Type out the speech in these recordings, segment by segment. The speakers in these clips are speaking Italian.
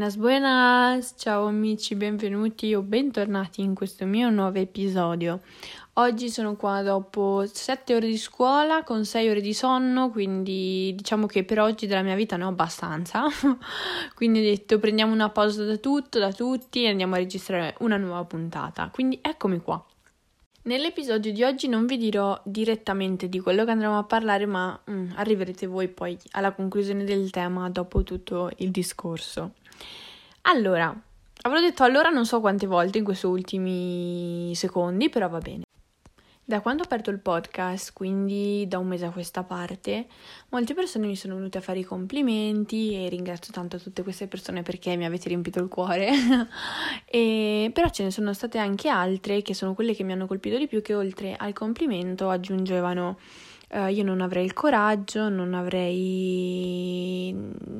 Buenas, buenas, ciao amici, benvenuti o bentornati in questo mio nuovo episodio. Oggi sono qua dopo 7 ore di scuola con 6 ore di sonno, quindi diciamo che per oggi della mia vita ne ho abbastanza. Quindi ho detto prendiamo una pausa da tutto, da tutti e andiamo a registrare una nuova puntata. Quindi eccomi qua. Nell'episodio di oggi non vi dirò direttamente di quello che andremo a parlare, ma arriverete voi poi alla conclusione del tema dopo tutto il discorso. Allora, avrò detto allora non so quante volte in questi ultimi secondi, però va bene. Da quando ho aperto il podcast, quindi da un mese a questa parte, molte persone mi sono venute a fare i complimenti e ringrazio tanto tutte queste persone perché mi avete riempito il cuore. Però ce ne sono state anche altre che sono quelle che mi hanno colpito di più, che oltre al complimento aggiungevano io non avrei il coraggio, non avrei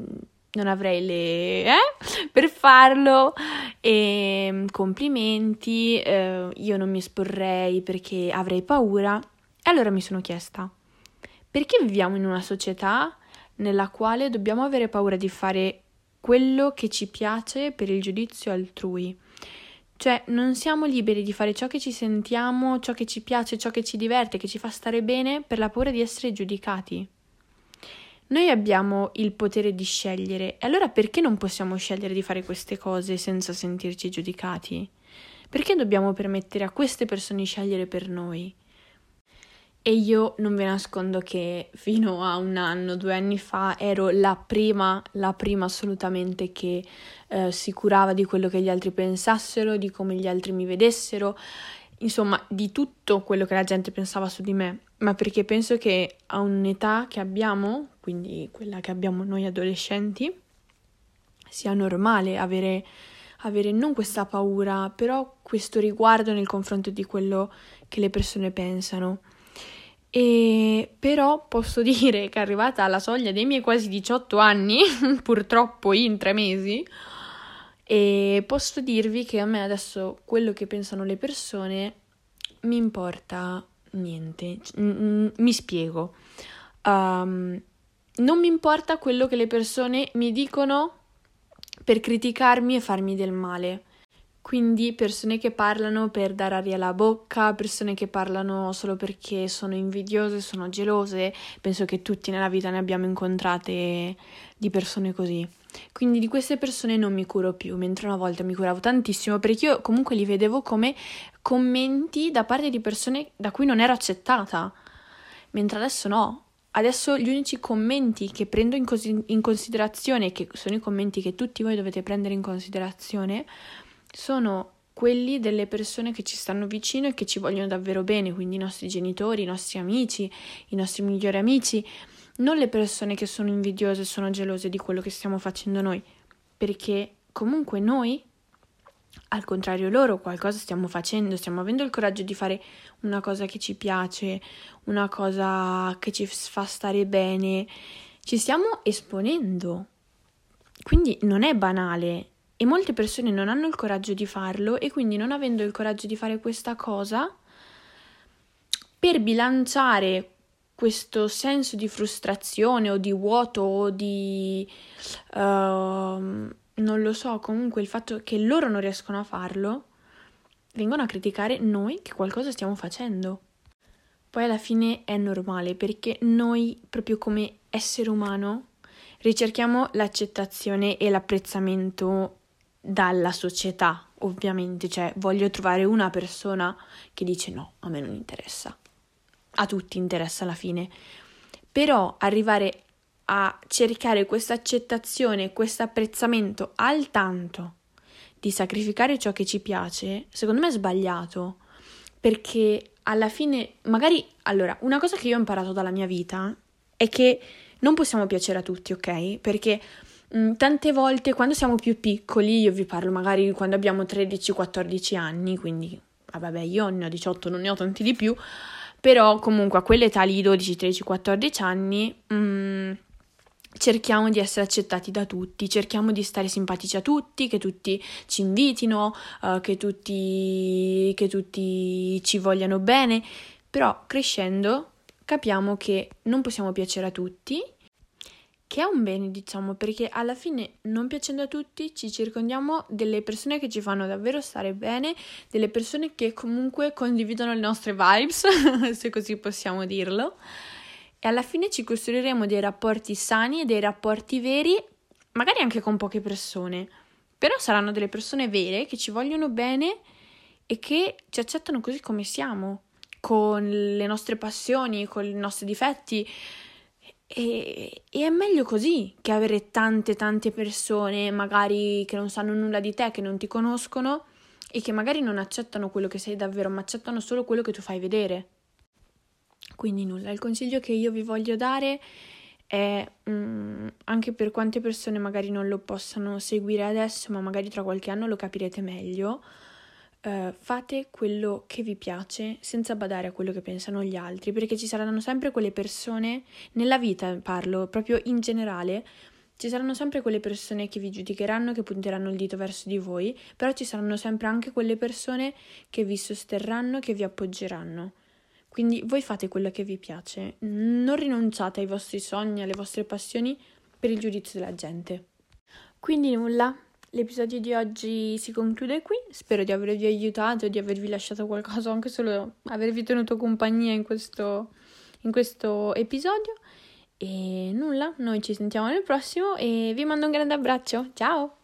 le per farlo, e complimenti, io non mi esporrei perché avrei paura. E allora mi sono chiesta, perché viviamo in una società nella quale dobbiamo avere paura di fare quello che ci piace per il giudizio altrui? Cioè, non siamo liberi di fare ciò che ci sentiamo, ciò che ci piace, ciò che ci diverte, che ci fa stare bene, per la paura di essere giudicati. Noi abbiamo il potere di scegliere, e allora perché non possiamo scegliere di fare queste cose senza sentirci giudicati? Perché dobbiamo permettere a queste persone di scegliere per noi? E io non vi nascondo che fino a 1 anno, 2 anni fa ero la prima assolutamente che si curava di quello che gli altri pensassero, di come gli altri mi vedessero, insomma di tutto quello che la gente pensava su di me, ma perché penso che a un'età che abbiamo, quindi quella che abbiamo noi adolescenti, sia normale avere non questa paura, però questo riguardo nei confronti di quello che le persone pensano. E però posso dire che arrivata alla soglia dei miei quasi 18 anni, purtroppo in 3 mesi, e posso dirvi che a me adesso quello che pensano le persone mi importa niente. Mi spiego. Non mi importa quello che le persone mi dicono per criticarmi e farmi del male. Quindi persone che parlano per dare aria alla bocca, persone che parlano solo perché sono invidiose, sono gelose, penso che tutti nella vita ne abbiamo incontrate di persone così. Quindi di queste persone non mi curo più, mentre una volta mi curavo tantissimo perché io comunque li vedevo come commenti da parte di persone da cui non ero accettata, mentre adesso no. Adesso gli unici commenti che prendo in considerazione, che sono i commenti che tutti voi dovete prendere in considerazione, sono quelli delle persone che ci stanno vicino e che ci vogliono davvero bene, quindi i nostri genitori, i nostri amici, i nostri migliori amici, non le persone che sono invidiose e sono gelose di quello che stiamo facendo noi, perché comunque noi, al contrario loro, qualcosa stiamo facendo, stiamo avendo il coraggio di fare una cosa che ci piace, una cosa che ci fa stare bene, ci stiamo esponendo, quindi non è banale. E molte persone non hanno il coraggio di farlo e quindi non avendo il coraggio di fare questa cosa, per bilanciare questo senso di frustrazione o di vuoto o di, non lo so, comunque il fatto che loro non riescono a farlo, vengono a criticare noi che qualcosa stiamo facendo. Poi alla fine è normale perché noi, proprio come essere umano, ricerchiamo l'accettazione e l'apprezzamento dalla società, ovviamente, cioè voglio trovare una persona che dice no, a me non interessa, a tutti interessa alla fine, però arrivare a cercare questa accettazione, questo apprezzamento al tanto di sacrificare ciò che ci piace, secondo me è sbagliato, perché alla fine, magari, allora, una cosa che io ho imparato dalla mia vita è che non possiamo piacere a tutti, ok? Perché tante volte quando siamo più piccoli, io vi parlo magari quando abbiamo 13-14 anni, quindi vabbè io ne ho 18, non ne ho tanti di più, però comunque a quell'età lì, 12, 13, 14 anni, cerchiamo di essere accettati da tutti, cerchiamo di stare simpatici a tutti, che tutti ci invitino, che tutti ci vogliano bene, però crescendo capiamo che non possiamo piacere a tutti che è un bene, diciamo, perché alla fine, non piacendo a tutti, ci circondiamo delle persone che ci fanno davvero stare bene, delle persone che comunque condividono le nostre vibes, se così possiamo dirlo, e alla fine ci costruiremo dei rapporti sani e dei rapporti veri, magari anche con poche persone, però saranno delle persone vere che ci vogliono bene e che ci accettano così come siamo, con le nostre passioni, con i nostri difetti. E è meglio così che avere tante persone magari che non sanno nulla di te, che non ti conoscono e che magari non accettano quello che sei davvero, ma accettano solo quello che tu fai vedere. Quindi nulla, il consiglio che io vi voglio dare è, anche per quante persone magari non lo possano seguire adesso, ma magari tra qualche anno lo capirete meglio, fate quello che vi piace senza badare a quello che pensano gli altri, perché ci saranno sempre quelle persone, nella vita parlo, proprio in generale, ci saranno sempre quelle persone che vi giudicheranno, che punteranno il dito verso di voi, però ci saranno sempre anche quelle persone che vi sosterranno, che vi appoggeranno. Quindi voi fate quello che vi piace, non rinunciate ai vostri sogni, alle vostre passioni per il giudizio della gente. Quindi nulla, l'episodio di oggi si conclude qui, spero di avervi aiutato, di avervi lasciato qualcosa, anche solo avervi tenuto compagnia in questo episodio. E nulla, noi ci sentiamo nel prossimo e vi mando un grande abbraccio, ciao!